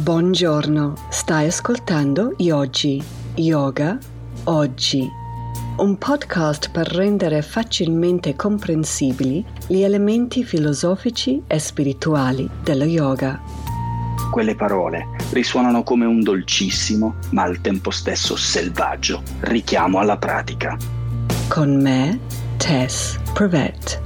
Buongiorno, stai ascoltando Yogi, Yoga Oggi, un podcast per rendere facilmente comprensibili gli elementi filosofici e spirituali dello yoga. Quelle parole risuonano come un dolcissimo, ma al tempo stesso selvaggio, richiamo alla pratica. Con me, Tess Prevet.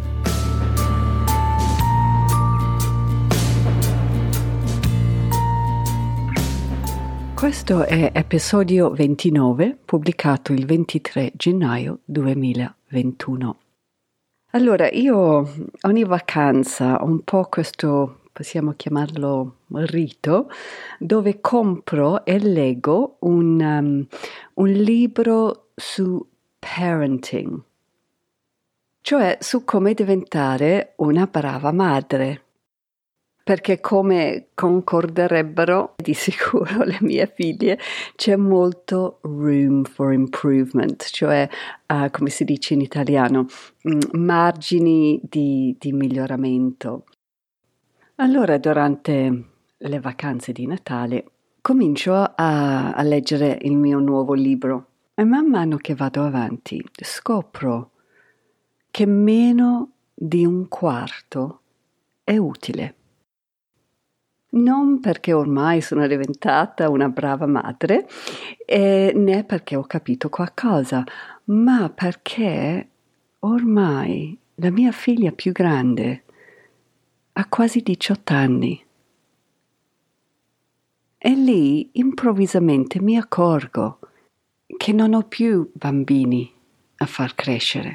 Questo è episodio 29, pubblicato il 23 gennaio 2021. Allora, io ogni vacanza ho un po' questo, possiamo chiamarlo rito, dove compro e leggo un libro su parenting, cioè su come diventare una brava madre. Perché come concorderebbero di sicuro le mie figlie, c'è molto room for improvement, cioè come si dice in italiano, margini di miglioramento. Allora durante le vacanze di Natale comincio a leggere il mio nuovo libro e man mano che vado avanti scopro che meno di un quarto è utile. Non perché ormai sono diventata una brava madre, né perché ho capito qualcosa, ma perché ormai la mia figlia più grande ha quasi 18 anni. E lì improvvisamente mi accorgo che non ho più bambini a far crescere.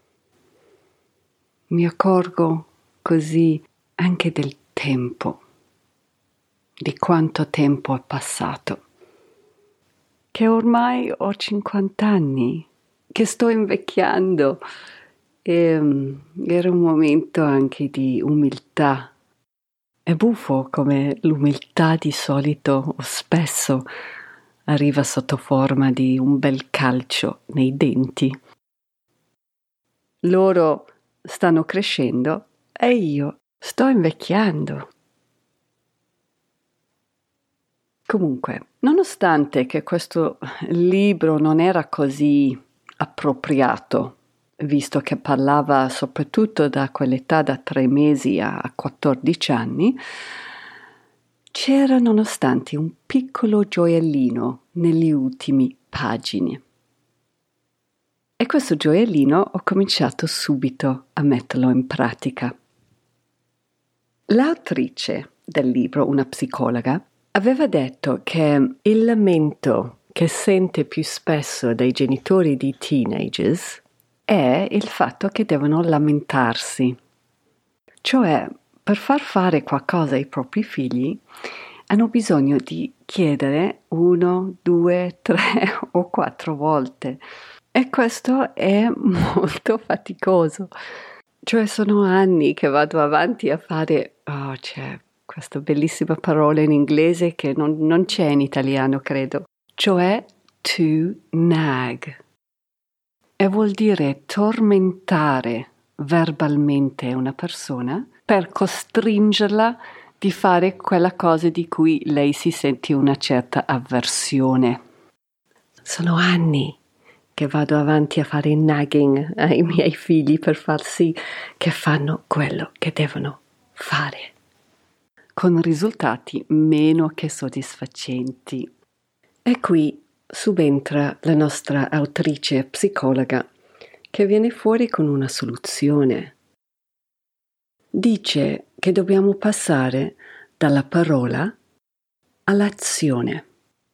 Mi accorgo così anche del tempo. Di quanto tempo è passato, che ormai ho 50 anni, che sto invecchiando e era un momento anche di umiltà. È buffo come l'umiltà di solito o spesso arriva sotto forma di un bel calcio nei denti. Loro stanno crescendo e io sto invecchiando. Comunque, nonostante che questo libro non era così appropriato, visto che parlava soprattutto da quell'età da 3 mesi a 14 anni, c'era nonostante un piccolo gioiellino nelle ultime pagine. E questo gioiellino ho cominciato subito a metterlo in pratica. L'autrice del libro, una psicologa, aveva detto che il lamento che sente più spesso dai genitori di teenagers è il fatto che devono lamentarsi. Cioè, per far fare qualcosa ai propri figli, hanno bisogno di chiedere 1, 2, 3 o 4 volte. E questo è molto faticoso. Cioè, sono anni che vado avanti a fare... questa bellissima parola in inglese che non c'è in italiano, credo, cioè to nag. E vuol dire tormentare verbalmente una persona per costringerla di fare quella cosa di cui lei si sente una certa avversione. Sono anni che vado avanti a fare nagging ai miei figli per far sì che fanno quello che devono fare, con risultati meno che soddisfacenti. E qui subentra la nostra autrice psicologa che viene fuori con una soluzione. Dice che dobbiamo passare dalla parola all'azione.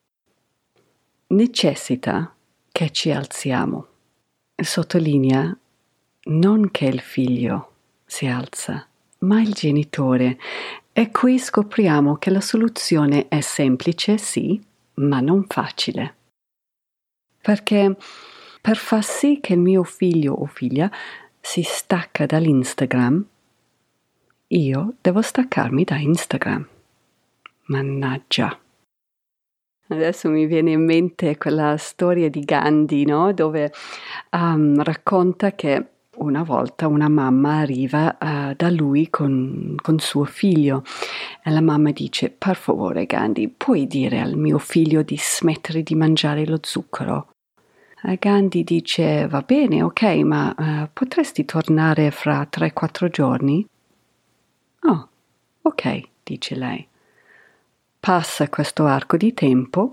Necessita che ci alziamo. Sottolinea non che il figlio si alza, ma il genitore. E qui scopriamo che la soluzione è semplice, sì, ma non facile. Perché per far sì che il mio figlio o figlia si stacca dall'Instagram, io devo staccarmi da Instagram. Mannaggia. Adesso mi viene in mente quella storia di Gandhi, no? Dove racconta che una volta una mamma arriva da lui con suo figlio e la mamma dice: per favore Gandhi, puoi dire al mio figlio di smettere di mangiare lo zucchero? E Gandhi dice: va bene, ok, ma potresti tornare fra 3-4 giorni? Oh, ok, dice lei. Passa questo arco di tempo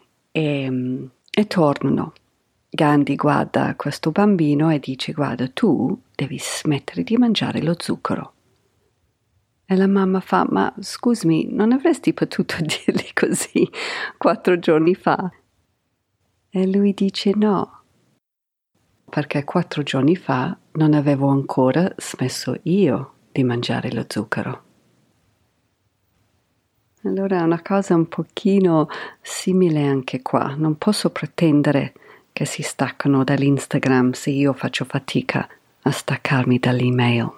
e tornano. Gandhi guarda questo bambino e dice: guarda, tu devi smettere di mangiare lo zucchero. E la mamma fa: ma scusami, non avresti potuto dirgli così 4 giorni fa? E lui dice: no, perché 4 giorni fa non avevo ancora smesso io di mangiare lo zucchero. Allora è una cosa un pochino simile anche qua. Non posso pretendere che si staccano dall'Instagram se io faccio fatica a staccarmi dall'email.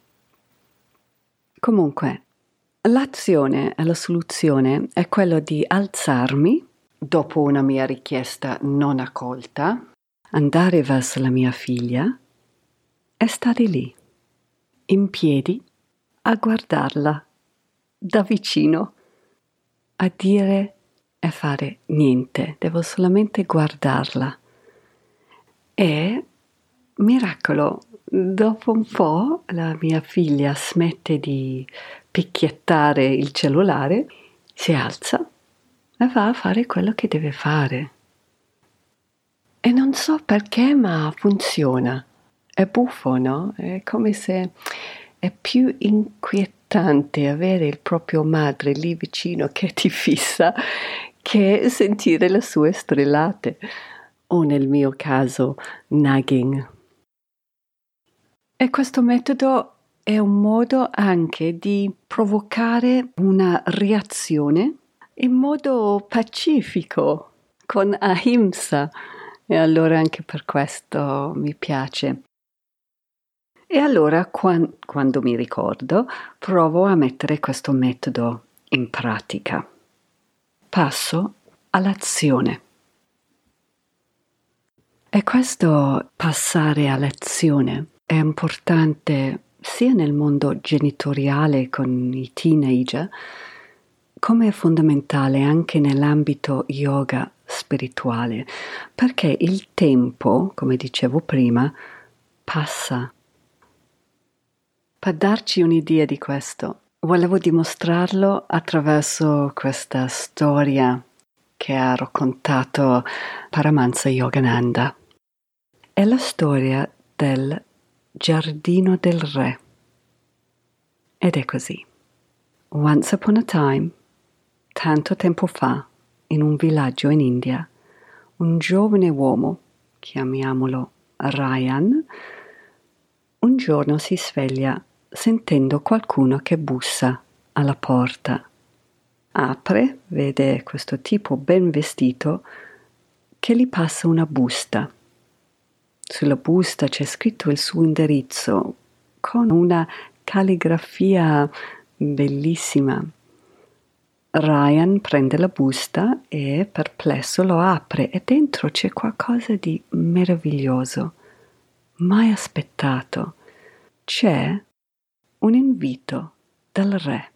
Comunque, l'azione e la soluzione è quello di alzarmi dopo una mia richiesta non accolta, andare verso la mia figlia e stare lì, in piedi, a guardarla da vicino, a dire e fare niente, devo solamente guardarla. E, miracolo, dopo un po' la mia figlia smette di picchiettare il cellulare, si alza e va a fare quello che deve fare. E non so perché, ma funziona. È buffo, no? È come se è più inquietante avere il proprio madre lì vicino che ti fissa che sentire le sue strillate. O nel mio caso, nagging. E questo metodo è un modo anche di provocare una reazione in modo pacifico, con ahimsa. E allora anche per questo mi piace. E allora quando mi ricordo, provo a mettere questo metodo in pratica. Passo all'azione. E questo passare all'azione è importante sia nel mondo genitoriale con i teenager, come è fondamentale anche nell'ambito yoga spirituale, perché il tempo, come dicevo prima, passa. Per darci un'idea di questo, volevo dimostrarlo attraverso questa storia che ha raccontato Paramahansa Yogananda. È la storia del giardino del re. Ed è così. Once upon a time, tanto tempo fa, in un villaggio in India, un giovane uomo, chiamiamolo Ryan, un giorno si sveglia sentendo qualcuno che bussa alla porta. Apre, vede questo tipo ben vestito che gli passa una busta. Sulla busta c'è scritto il suo indirizzo con una calligrafia bellissima. Ryan prende la busta e, perplesso, lo apre e dentro c'è qualcosa di meraviglioso, mai aspettato. C'è un invito dal re.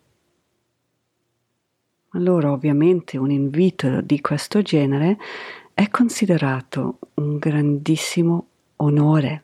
Allora, ovviamente, un invito di questo genere è considerato un grandissimo onore.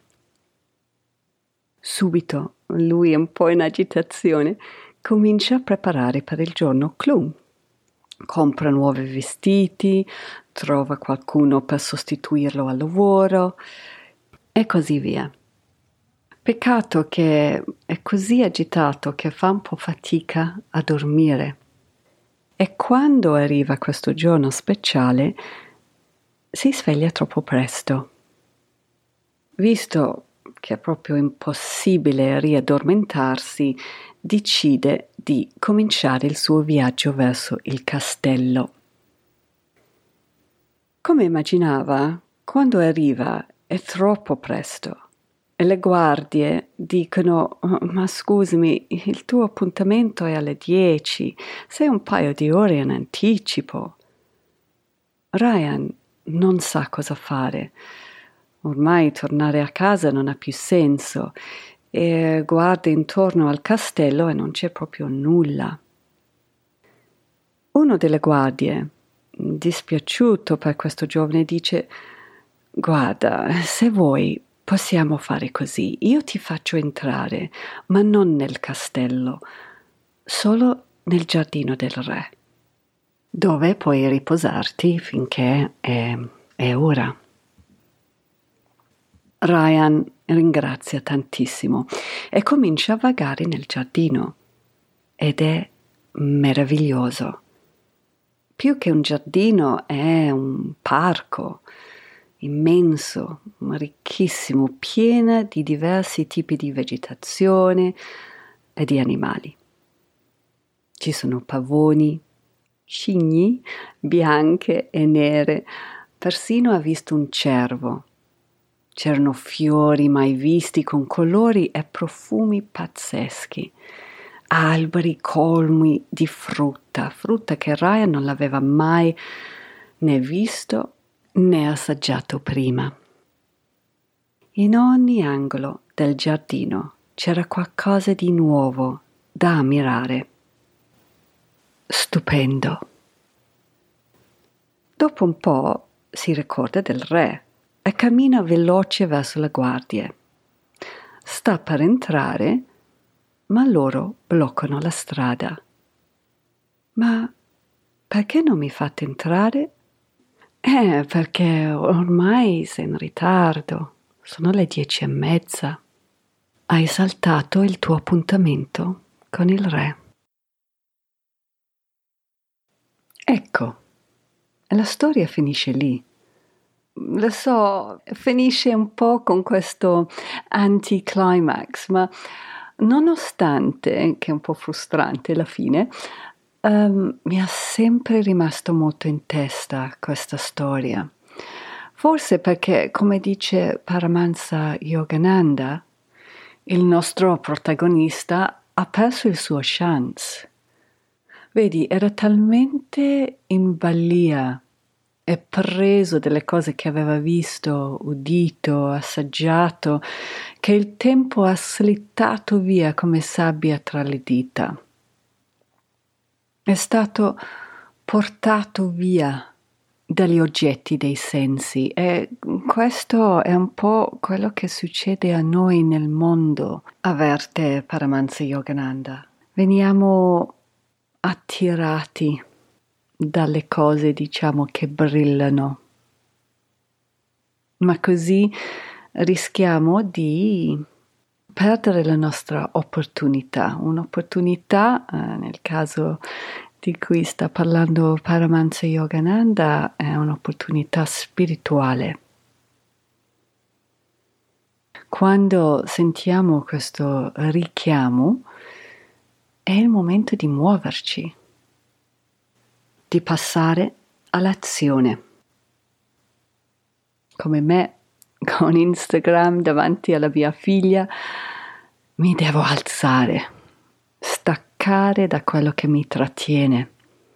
Subito, lui, un po' in agitazione, comincia a preparare per il giorno clou. Compra nuovi vestiti, trova qualcuno per sostituirlo al lavoro e così via. Peccato che è così agitato che fa un po' fatica a dormire. E quando arriva questo giorno speciale, si sveglia troppo presto. Visto che è proprio impossibile riaddormentarsi, decide di cominciare il suo viaggio verso il castello. Come immaginava, quando arriva è troppo presto e le guardie dicono: ma scusami, il tuo appuntamento è alle 10, sei un paio di ore in anticipo. Ryan non sa cosa fare. Ormai tornare a casa non ha più senso e guarda intorno al castello e non c'è proprio nulla. Uno delle guardie, dispiaciuto per questo giovane, dice: «Guarda, se vuoi possiamo fare così. Io ti faccio entrare, ma non nel castello, solo nel giardino del re, dove puoi riposarti finché è ora». Ryan ringrazia tantissimo e comincia a vagare nel giardino ed è meraviglioso. Più che un giardino è un parco immenso, ricchissimo, pieno di diversi tipi di vegetazione e di animali. Ci sono pavoni, cigni bianche e nere, persino ha visto un cervo. C'erano fiori mai visti con colori e profumi pazzeschi, alberi colmi di frutta che Ryan non l'aveva mai né visto né assaggiato prima. In ogni angolo del giardino c'era qualcosa di nuovo da ammirare. Stupendo. Dopo un po' si ricorda del re e cammina veloce verso le guardie. Sta per entrare, ma loro bloccano la strada. «Ma perché non mi fate entrare?» Perché ormai sei in ritardo. Sono le 10:30. Hai saltato il tuo appuntamento con il re». Ecco, la storia finisce lì. Lo so, finisce un po' con questo anticlimax, ma nonostante che è un po' frustrante alla fine, mi è sempre rimasto molto in testa questa storia. Forse perché, come dice Paramahansa Yogananda, il nostro protagonista ha perso il suo chance. Vedi, era talmente in balia e preso delle cose che aveva visto, udito, assaggiato, che il tempo ha slittato via come sabbia tra le dita. È stato portato via dagli oggetti dei sensi e questo è un po' quello che succede a noi nel mondo, avverte Paramahansa Yogananda. Veniamo attirati dalle cose, diciamo, che brillano, ma così rischiamo di perdere la nostra opportunità, un'opportunità, nel caso di cui sta parlando Paramahansa Yogananda, è un'opportunità spirituale. Quando sentiamo questo richiamo, è il momento di muoverci, di passare all'azione. Come me, con Instagram davanti alla mia figlia, mi devo alzare, staccare da quello che mi trattiene.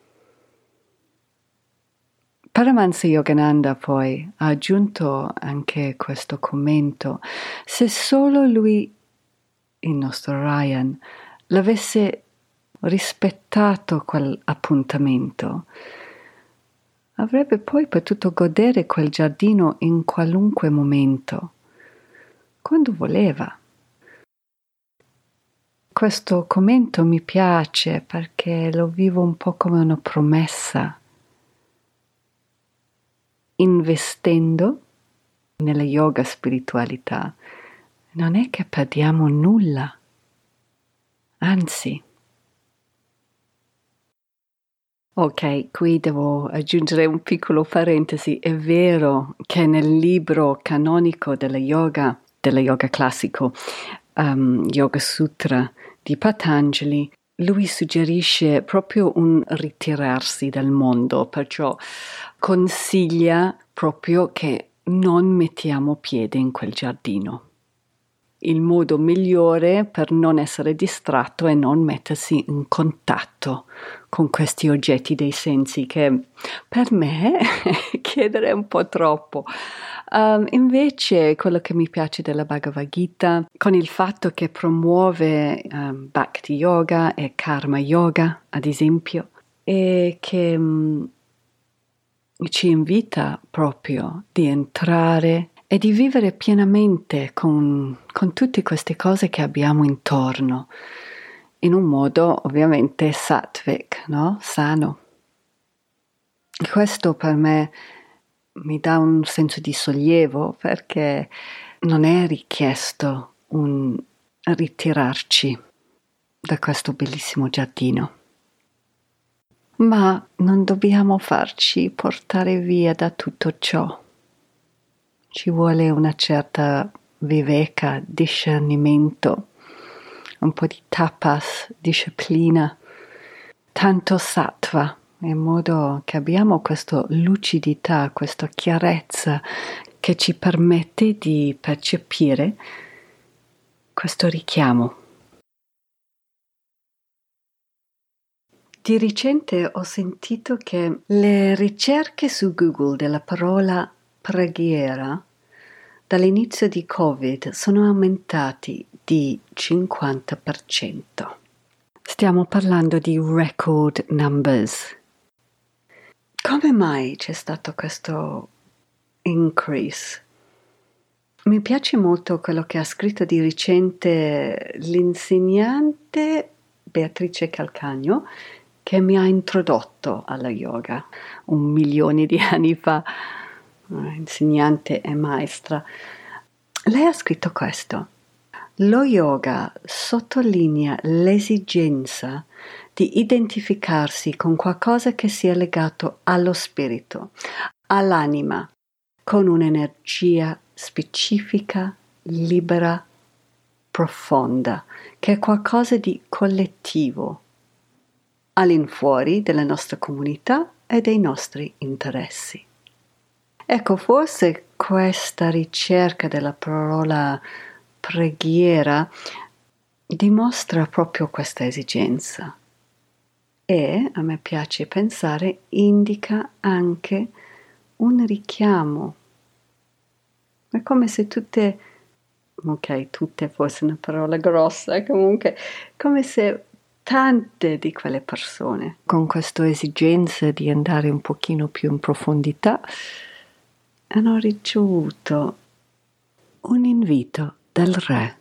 Paramahansa Yogananda poi ha aggiunto anche questo commento: se solo lui, il nostro Ryan, l'avesse rispettato quell'appuntamento, avrebbe poi potuto godere quel giardino in qualunque momento, quando voleva. Questo commento mi piace perché lo vivo un po' come una promessa. Investendo nella yoga spiritualità non è che perdiamo nulla, anzi. Ok, qui devo aggiungere un piccolo parentesi. È vero che nel libro canonico della yoga classico, Yoga Sutra di Patanjali, lui suggerisce proprio un ritirarsi dal mondo, perciò consiglia proprio che non mettiamo piede in quel giardino. Il modo migliore per non essere distratto è non mettersi in contatto con questi oggetti dei sensi, che per me chiedere un po' troppo. Invece quello che mi piace della Bhagavad Gita, con il fatto che promuove Bhakti Yoga e Karma Yoga, ad esempio, e che ci invita proprio di entrare e di vivere pienamente con tutte queste cose che abbiamo intorno, in un modo ovviamente sattvic, no? Sano. E questo per me mi dà un senso di sollievo, perché non è richiesto un ritirarci da questo bellissimo giardino, ma non dobbiamo farci portare via da tutto ciò. Ci vuole una certa viveka, discernimento, un po' di tapas, disciplina, tanto sattva, in modo che abbiamo questa lucidità, questa chiarezza che ci permette di percepire questo richiamo. Di recente ho sentito che le ricerche su Google della parola preghiera dall'inizio di Covid sono aumentati di 50%. Stiamo parlando di record numbers. Come mai c'è stato questo increase? Mi piace molto quello che ha scritto di recente l'insegnante Beatrice Calcagno, che mi ha introdotto alla yoga 1.000.000 di anni fa, insegnante e maestra. Lei ha scritto questo: lo yoga sottolinea l'esigenza di identificarsi con qualcosa che sia legato allo spirito, all'anima, con un'energia specifica, libera, profonda, che è qualcosa di collettivo, all'infuori della nostra comunità e dei nostri interessi. Ecco, forse questa ricerca della parola preghiera dimostra proprio questa esigenza e, a me piace pensare, indica anche un richiamo. È come se tutte forse è una parola grossa, comunque, come se tante di quelle persone con questa esigenza di andare un pochino più in profondità hanno ricevuto un invito dal re.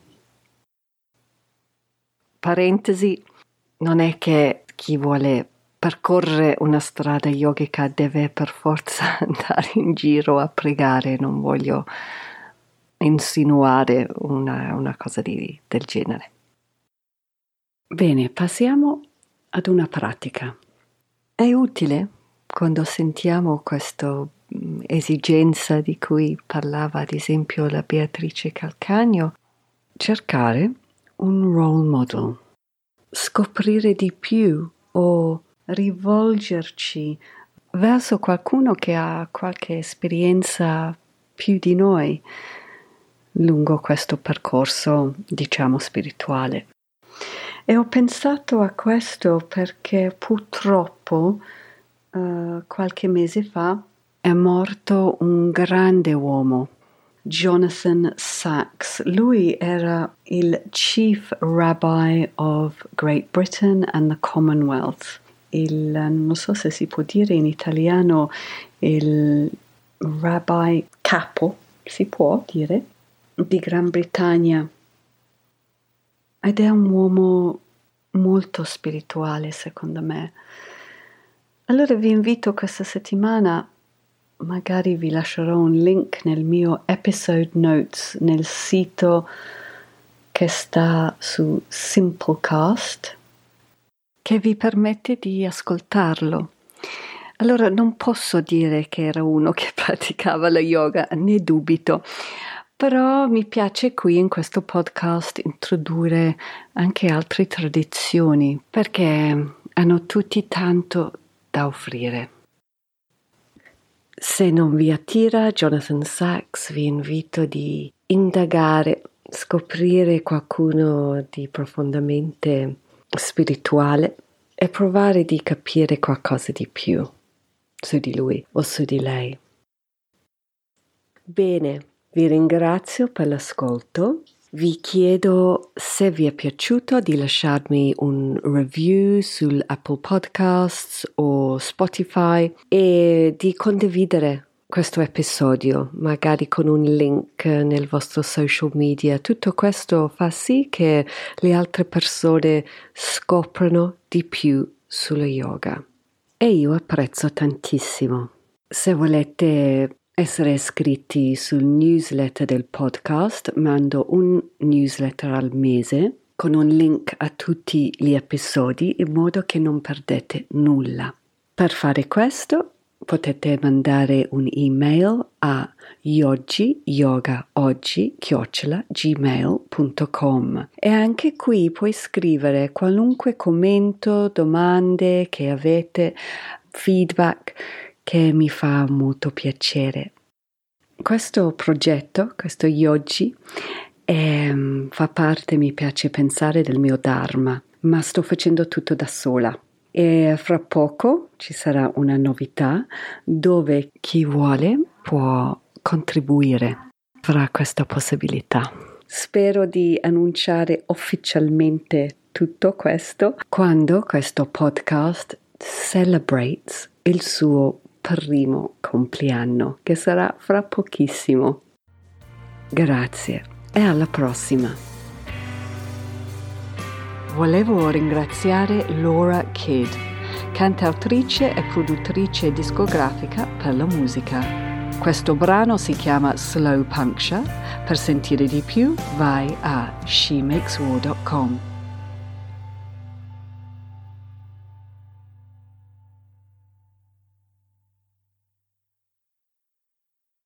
Parentesi, non è che chi vuole percorrere una strada yogica deve per forza andare in giro a pregare, non voglio insinuare una cosa del genere. Bene, passiamo ad una pratica. È utile, quando sentiamo questa esigenza di cui parlava ad esempio la Beatrice Calcagno, cercare un role model, scoprire di più o rivolgerci verso qualcuno che ha qualche esperienza più di noi lungo questo percorso, diciamo, spirituale. E ho pensato a questo perché purtroppo qualche mese fa è morto un grande uomo, Jonathan Sacks. Lui era il Chief Rabbi of Great Britain and the Commonwealth. Non so se si può dire in italiano il Rabbi capo, si può dire, di Gran Bretagna. Ed è un uomo molto spirituale, secondo me. Allora vi invito questa settimana, magari vi lascerò un link nel mio episode notes, nel sito che sta su Simplecast, che vi permette di ascoltarlo. Allora non posso dire che era uno che praticava la yoga, ne dubito. Però mi piace qui in questo podcast introdurre anche altre tradizioni, perché hanno tutti tanto da offrire. Se non vi attira Jonathan Sacks, vi invito di indagare, scoprire qualcuno di profondamente spirituale e provare di capire qualcosa di più su di lui o su di lei. Bene, vi ringrazio per l'ascolto. Vi chiedo, se vi è piaciuto, di lasciarmi un review sull'Apple Podcasts o Spotify e di condividere questo episodio, magari con un link nel vostro social media. Tutto questo fa sì che le altre persone scoprano di più sullo yoga. E io apprezzo tantissimo. Se volete essere iscritti sul newsletter del podcast, mando un newsletter al mese con un link a tutti gli episodi in modo che non perdete nulla. Per fare questo potete mandare un'email a yogaoggi@gmail.com e anche qui puoi scrivere qualunque commento, domande che avete, feedback, che mi fa molto piacere. Questo progetto, questo Yogi, fa parte, mi piace pensare, del mio Dharma, ma sto facendo tutto da sola. E fra poco ci sarà una novità dove chi vuole può contribuire fra questa possibilità. Spero di annunciare ufficialmente tutto questo quando questo podcast celebrates il suo primo compleanno, che sarà fra pochissimo. Grazie e alla prossima. Volevo ringraziare Laura Kidd, cantautrice e produttrice discografica per la musica. Questo brano si chiama Slow Puncture. Per sentire di più vai a shemakeswar.com.